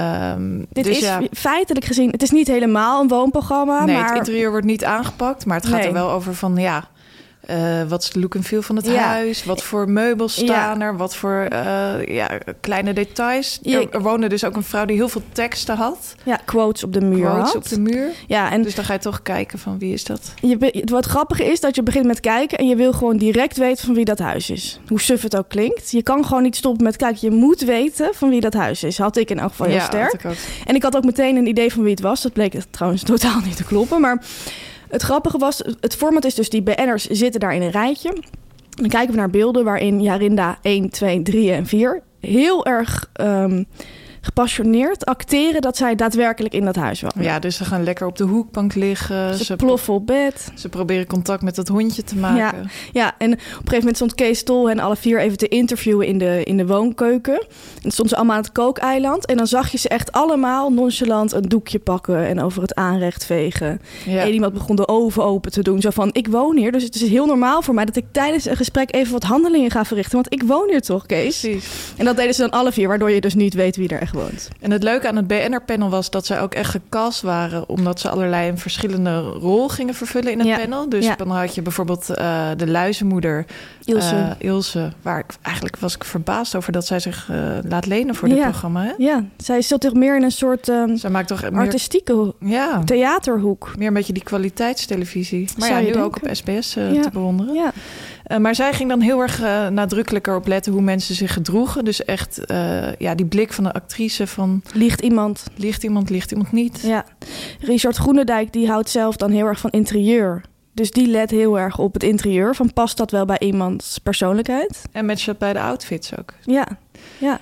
Um, dit dus is ja, feitelijk gezien... Het is niet helemaal een woonprogramma, nee, maar... het interieur wordt niet aangepakt, maar het gaat Nee. er wel over van ja, uh, wat is de look en feel van het Ja. huis? Wat voor meubels staan Ja. er? Wat voor uh, ja, kleine details? Je- Er, er woonde dus ook een vrouw die heel veel teksten had. Ja, quotes op de muur Quotes had. op de muur. Ja, en Dus dan ga je toch kijken van wie is dat? je, be- wat grappig is dat je begint met kijken... en je wil gewoon direct weten van wie dat huis is. Hoe suf het ook klinkt. Je kan gewoon niet stoppen met kijken. Je moet weten van wie dat huis is. Had ik in elk geval heel ja, sterk. had ik ook. En ik had ook meteen een idee van wie het was. Dat bleek trouwens totaal niet te kloppen. Maar het grappige was, het format is dus die B N'ers zitten daar in een rijtje. Dan kijken we naar beelden waarin Jarinda één, twee, drie en vier heel erg um, gepassioneerd acteren dat zij daadwerkelijk in dat huis wonen. Ja, dus ze gaan lekker op de hoekbank liggen. Ze Ze, ploffen op bed. ze proberen contact met dat hondje te maken. Ja, en op een gegeven moment stond Kees Tol hen alle vier even te interviewen in de, in de woonkeuken. En dan stonden ze allemaal aan het kookeiland. En dan zag je ze echt allemaal nonchalant een doekje pakken en over het aanrecht vegen. Ja. En iemand begon de oven open te doen. Zo van, ik woon hier, dus het is heel normaal voor mij dat ik tijdens een gesprek even wat handelingen ga verrichten. Want ik woon hier toch, Kees? Precies. En dat deden ze dan alle vier, waardoor je dus niet weet wie er echt woont. En het leuke aan het B N R-panel was dat zij ook echt gecast waren, omdat ze allerlei een verschillende rol gingen vervullen in het Ja. panel. Dus Ja. dan had je bijvoorbeeld uh, de luizenmoeder, Ilse. uh, Ilse, waar ik eigenlijk was ik verbaasd over dat zij zich uh, laat lenen voor dit Ja. programma. Hè? Ja, zij zit toch meer in een soort um, Zij maakt toch meer, artistieke ho- ja, theaterhoek. meer een beetje die kwaliteitstelevisie. Maar Zou ja, je nu ook denken. op S B S uh, Ja. te bewonderen. Ja. Uh, maar zij ging dan heel erg uh, nadrukkelijker op letten hoe mensen zich gedroegen. Dus echt uh, ja, die blik van de actrice van Liegt iemand. ligt iemand, ligt iemand niet. Ja. Richard Groenendijk die houdt zelf dan heel erg van interieur. Dus die let heel erg op het interieur. Van past dat wel bij iemands persoonlijkheid? En matcht dat bij de outfits ook. Ja, ja.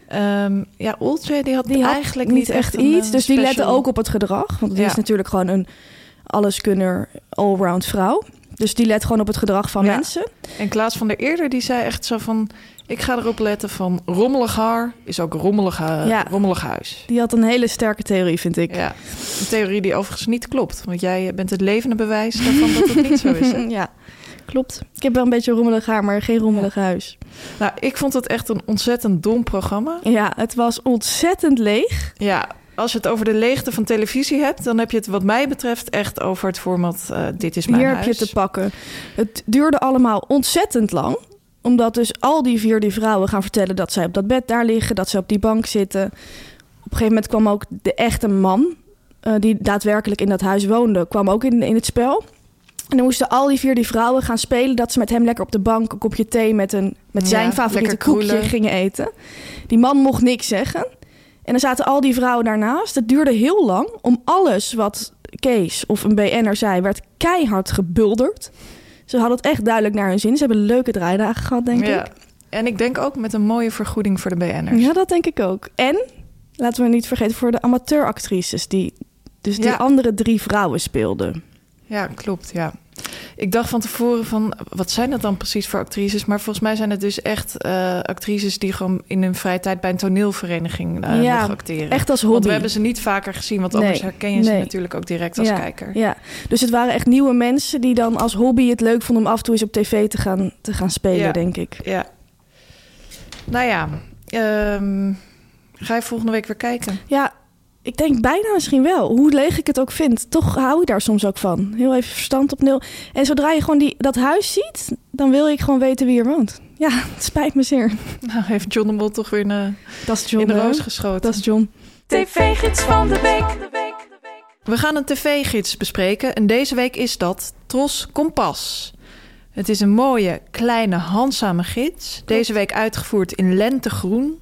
Um, ja, Olcay die had Die had eigenlijk niet niet echt een, iets. uh, Dus die lette special- ook op het gedrag. Want die Ja. is natuurlijk gewoon een alleskunner, allround vrouw. Dus die let gewoon op het gedrag van Ja. mensen. En Klaas van der Eerder die zei echt zo van... ik ga erop letten van rommelig haar is ook rommelig, uh, Ja. rommelig huis. Die had een hele sterke theorie, vind ik. Ja, een theorie die overigens niet klopt. Want jij bent het levende bewijs daarvan dat het niet zo is. Hè? Ja, klopt. Ik heb wel een beetje rommelig haar, maar geen rommelig huis. Nou, ik vond het echt een ontzettend dom programma. Ja, het was ontzettend leeg. Ja, als je het over de leegte van televisie hebt... dan heb je het wat mij betreft echt over het format uh, Dit is mijn Hier huis. heb je het te pakken. Het duurde allemaal ontzettend lang. Omdat dus al die vier die vrouwen gaan vertellen... dat zij op dat bed daar liggen, dat zij op die bank zitten. Op een gegeven moment kwam ook de echte man... Uh, die daadwerkelijk in dat huis woonde, kwam ook in, in het spel. En dan moesten al die vier die vrouwen gaan spelen... dat ze met hem lekker op de bank een kopje thee... met, een, met zijn Ja, favoriete lekker koekje kroelen. gingen eten. Die man mocht niks zeggen. En dan zaten al die vrouwen daarnaast. Het duurde heel lang om alles wat Kees of een B N'er zei... werd keihard gebulderd. Ze hadden het echt duidelijk naar hun zin. Ze hebben leuke draaidagen gehad, denk Ja. ik. En ik denk ook met een mooie vergoeding voor de B N'ers. Ja, dat denk ik ook. En, laten we niet vergeten, voor de amateuractrices... die dus die Ja. andere drie vrouwen speelden. Ja, klopt, ja. Ik dacht van tevoren van, wat zijn dat dan precies voor actrices? Maar volgens mij zijn het dus echt uh, actrices... die gewoon in hun vrije tijd bij een toneelvereniging uh, Ja, nog acteren. echt als hobby. Want we hebben ze niet vaker gezien... want anders Nee, herken je ze nee. natuurlijk ook direct als ja, kijker. Ja, dus het waren echt nieuwe mensen die dan als hobby het leuk vonden... om af en toe eens op tv te gaan, te gaan spelen, Ja. denk ik. Ja. Nou ja, um, ga je volgende week weer kijken? Ja, ik denk bijna misschien wel. Hoe leeg ik het ook vind, toch hou ik daar soms ook van. Heel even verstand op nul. En zodra je gewoon die, dat huis ziet, dan wil ik gewoon weten wie er woont. Ja, het spijt me zeer. Nou, heeft John de Mol toch weer een, Dat is John. in de hè? roos geschoten. Dat is John. tv-gids van de week. We gaan een tv-gids bespreken en deze week is dat Tros Kompas. Het is een mooie, kleine, handzame gids. Deze week uitgevoerd in lentegroen.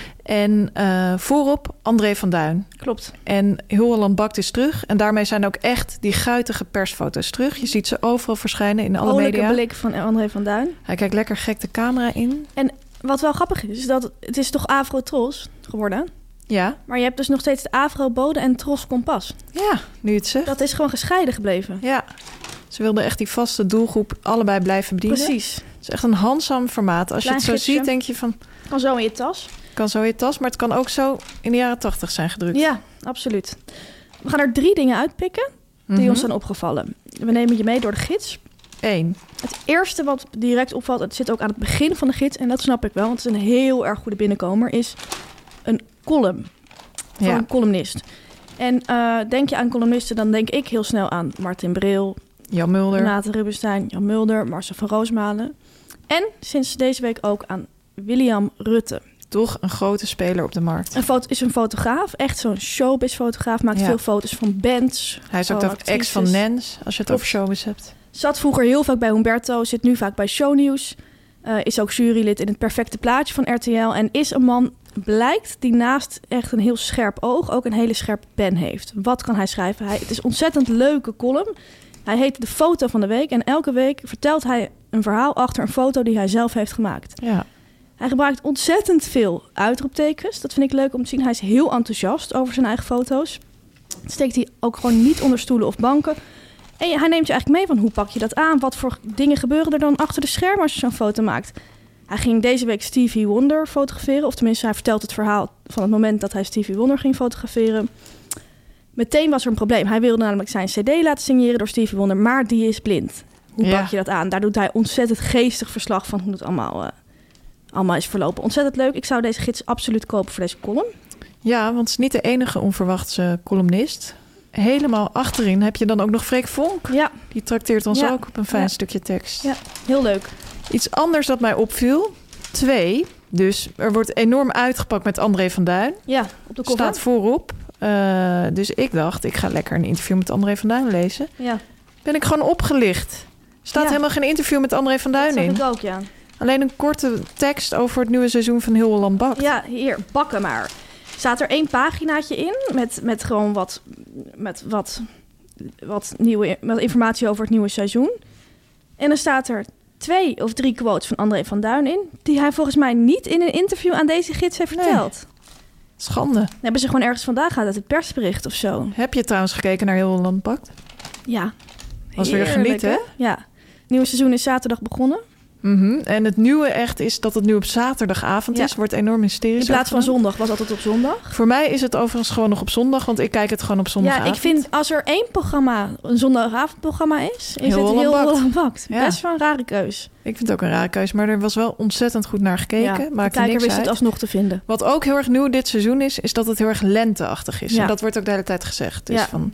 En uh, voorop André van Duin. Klopt. En Heel Holland Bakt is terug. En daarmee zijn ook echt die guitige persfoto's terug. Je ziet ze overal verschijnen in alle Olijke media. blik van André van Duin. Hij kijkt lekker gek de camera in. En wat wel grappig is, is dat het is toch Afro-Tros geworden. Ja, Maar je hebt dus nog steeds de Afro-bode en Tros Kompas. ja, nu je het zegt. Dat is gewoon gescheiden gebleven. Ja, ze wilden echt die vaste doelgroep allebei blijven bedienen. Precies. Het is echt een handzaam formaat. Als Klein je het zo gidsje. ziet, denk je van... Kan zo in je tas. kan zo in je tas, maar het kan ook zo in de jaren tachtig zijn gedrukt. Ja, absoluut. We gaan er drie dingen uitpikken die Mhm. ons zijn opgevallen. We nemen je mee door de gids. Eén. Het eerste wat direct opvalt, het zit ook aan het begin van de gids... en dat snap ik wel, want het is een heel erg goede binnenkomer... is een column van Ja. een columnist. En uh, denk je aan columnisten, dan denk ik heel snel aan Martin Bril... Jan Mulder. Renate Rubinstein, Jan Mulder, Marcel van Roosmalen. En sinds deze week ook aan William Rutte. Toch een grote speler op de markt. Een foto is een fotograaf, echt zo'n showbiz-fotograaf. Maakt Ja. veel foto's van bands. Hij is ook van de ex van actrices. Nens, als je het Klopt. over showbiz hebt. Zat vroeger heel vaak bij Humberto, zit nu vaak bij Shownieuws. Uh, is ook jurylid in Het Perfecte Plaatje van R T L. En is een man, blijkt, die naast echt een heel scherp oog... ook een hele scherpe pen heeft. Wat kan hij schrijven? Hij, het is een ontzettend leuke column. Hij heet De Foto van de Week. En elke week vertelt hij een verhaal achter een foto die hij zelf heeft gemaakt. Ja. Hij gebruikt ontzettend veel uitroeptekens. Dat vind ik leuk om te zien. Hij is heel enthousiast over zijn eigen foto's. Dat steekt hij ook gewoon niet onder stoelen of banken. En hij neemt je eigenlijk mee van hoe pak je dat aan? Wat voor dingen gebeuren er dan achter de schermen als je zo'n foto maakt? Hij ging deze week Stevie Wonder fotograferen. Of tenminste, hij vertelt het verhaal van het moment dat hij Stevie Wonder ging fotograferen. Meteen was er een probleem. Hij wilde namelijk zijn cd laten signeren door Stevie Wonder, maar die is blind. Hoe Ja. pak je dat aan? Daar doet hij ontzettend geestig verslag van hoe het allemaal, uh, allemaal is verlopen. Ontzettend leuk. Ik zou deze gids absoluut kopen voor deze column. ja, want het is niet de enige onverwachte columnist. Helemaal achterin heb je dan ook nog Freek Vonk. Ja, Die trakteert ons Ja. ook op een fijn Ja. stukje tekst. ja, heel leuk. Iets anders dat mij opviel. Twee. Dus er wordt enorm uitgepakt met André van Duin. Ja, op de cover. Staat voorop. Uh, dus ik dacht, ik ga lekker een interview met André van Duin lezen. Ja, Ben ik gewoon opgelicht. Staat Ja. helemaal geen interview met André van dat Duin zag in. ik ook, ja. Alleen een korte tekst over het nieuwe seizoen van Heel Holland Bakt. Ja, hier, bakken maar. Staat er één paginaatje in met, met gewoon wat, met wat, wat nieuwe met informatie over het nieuwe seizoen. En dan staat er twee of drie quotes van André van Duin in... die hij volgens mij niet in een interview aan deze gids heeft verteld. Nee. Schande. Dan hebben ze gewoon ergens vandaan gehad uit het persbericht of zo. Heb je trouwens gekeken naar Heel Holland Bakt? Ja. Was weer genieten, hè? Ja. Het nieuwe seizoen is zaterdag begonnen. Mm-hmm. En het nieuwe echt is dat het nu op zaterdagavond is. Ja. Wordt enorm hysterisch. In plaats van zondag was altijd op zondag. Voor mij is het overigens gewoon nog op zondag, want ik kijk het gewoon op zondagavond. Ja, ik vind als er één programma, een zondagavondprogramma is, is Heel het Holland Heel Bakt. Holland Bakt. Ja. Best wel een rare keus. Ik vind het ook een rare keus, maar er was wel ontzettend goed naar gekeken. Ja, de Maakt er kijker niks wist uit. het alsnog te vinden. Wat ook heel erg nieuw dit seizoen is, is dat het heel erg lenteachtig is. Ja. En dat wordt ook de hele tijd gezegd. Dus Ja. van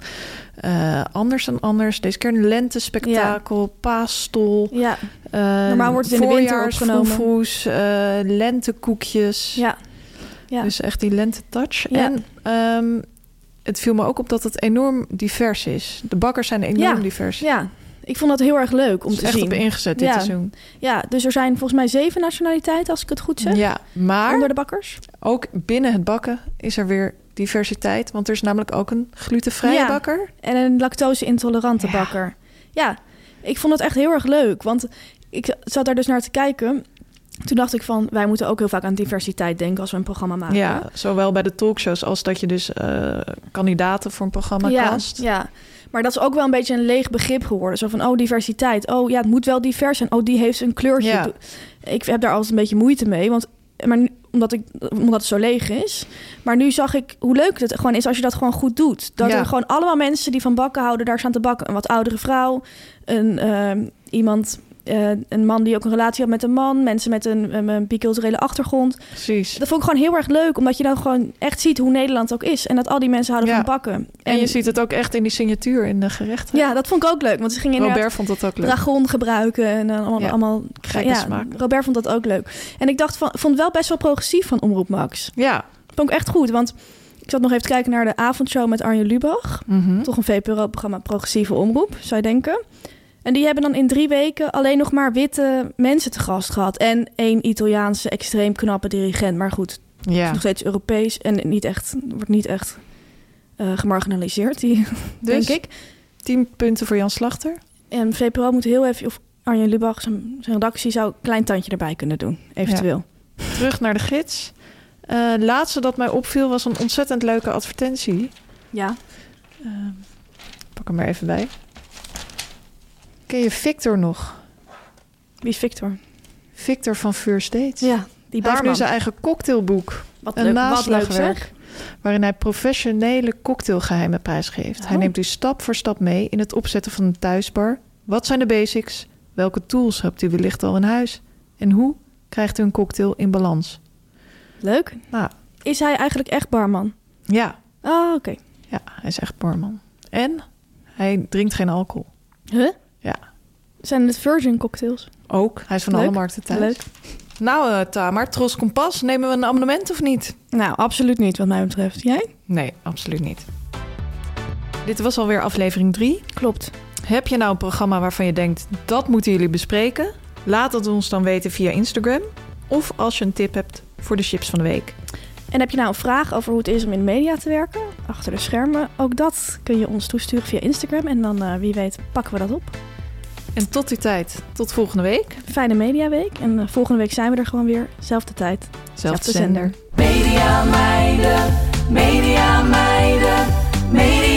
uh, anders dan anders. Deze keer een lentespektakel, ja. paasstol. Ja. Uh, Normaal wordt het in de winter opgenomen. Voorjaarsfoefoes, uh, lentekoekjes. Ja. Ja. Dus echt die lente-touch. Ja. En um, het viel me ook op dat het enorm divers is. De bakkers zijn enorm ja. divers. Ja, ik vond dat heel erg leuk om dus te echt zien. op ingezet dit ja. seizoen. Ja, dus er zijn volgens mij zeven nationaliteiten, als ik het goed zeg. Ja, maar onder de bakkers. Ook binnen het bakken is er weer diversiteit. Want er is namelijk ook een glutenvrije ja. bakker. En een lactose-intolerante ja. bakker. Ja, ik vond het echt heel erg leuk. Want ik zat daar dus naar te kijken. Toen dacht ik van, wij moeten ook heel vaak aan diversiteit denken als we een programma maken. Ja, zowel bij de talkshows als dat je dus uh, kandidaten voor een programma ja, cast. Ja, maar dat is ook wel een beetje een leeg begrip geworden. Zo van, oh, diversiteit. Oh ja, het moet wel divers zijn. Oh, die heeft een kleurtje. Ja. Ik heb daar altijd een beetje moeite mee. Want, maar nu, omdat, ik, omdat het zo leeg is. Maar nu zag ik hoe leuk het gewoon is als je dat gewoon goed doet. Dat ja. er gewoon allemaal mensen die van bakken houden, daar staan te bakken. Een wat oudere vrouw, een, uh, iemand... Uh, een man die ook een relatie had met een man. Mensen met een, een, een biculturele achtergrond. Precies. Dat vond ik gewoon heel erg leuk. Omdat je dan gewoon echt ziet hoe Nederland ook is. En dat al die mensen houden ja. van bakken. En, en je ziet het ook echt in die signatuur in de gerechten. Ja, dat vond ik ook leuk. Want ze gingen Robert inderdaad vond dat ook leuk. dragon gebruiken. En dan allemaal... Ja. allemaal gekke ja, smaak. Robert vond dat ook leuk. En ik dacht van, vond het wel best wel progressief van Omroep Max. Ja. Vond ik echt goed. Want ik zat nog even te kijken naar de avondshow met Arjen Lubach. Mm-hmm. Toch een V P R O-programma Progressieve Omroep, zou je denken. En die hebben dan in drie weken alleen nog maar witte mensen te gast gehad. En één Italiaanse extreem knappe dirigent. Maar goed, het ja. is nog steeds Europees en niet echt, wordt niet echt uh, gemarginaliseerd, die, dus, denk ik. tien punten voor Jan Slachter. En V P R O moet heel even, of Arjen Lubach, zijn, zijn redactie, zou een klein tandje erbij kunnen doen, eventueel. Ja. Terug naar de gids. Uh, laatste dat mij opviel was een ontzettend leuke advertentie. Ja. Uh, pak hem maar even bij. Ken je Victor nog? Wie is Victor? Victor van First Dates. Ja, die Hij barman. heeft nu zijn eigen cocktailboek. Wat een leuk, wat leuk naslagwerk. zeg. Waarin hij professionele cocktailgeheimen prijsgeeft. Oh. Hij neemt u stap voor stap mee in het opzetten van een thuisbar. Wat zijn de basics? Welke tools hebt u wellicht al in huis? En hoe krijgt u een cocktail in balans? Leuk. Nou, Is hij eigenlijk echt barman? ja. Oh, oké. Okay. Ja, hij is echt barman. En hij drinkt geen alcohol. Huh? Ja. Zijn het virgin cocktails? Ook. Hij is van Leuk. alle markten thuis. Leuk. Nou, uh, Tamar, Tros Kompas, nemen we een abonnement of niet? Nou, absoluut niet wat mij betreft. Jij? Nee, absoluut niet. Dit was alweer aflevering drie. Klopt. Heb je nou een programma waarvan je denkt, dat moeten jullie bespreken? Laat het ons dan weten via Instagram. Of als je een tip hebt voor de chips van de week. En heb je nou een vraag over hoe het is om in de media te werken? Achter de schermen, ook dat kun je ons toesturen via Instagram. En dan, uh, wie weet, pakken we dat op. En tot die tijd, tot volgende week. Fijne mediaweek. En uh, volgende week zijn we er gewoon weer. Zelfde tijd, zelfde zender. Media meiden, media meiden, media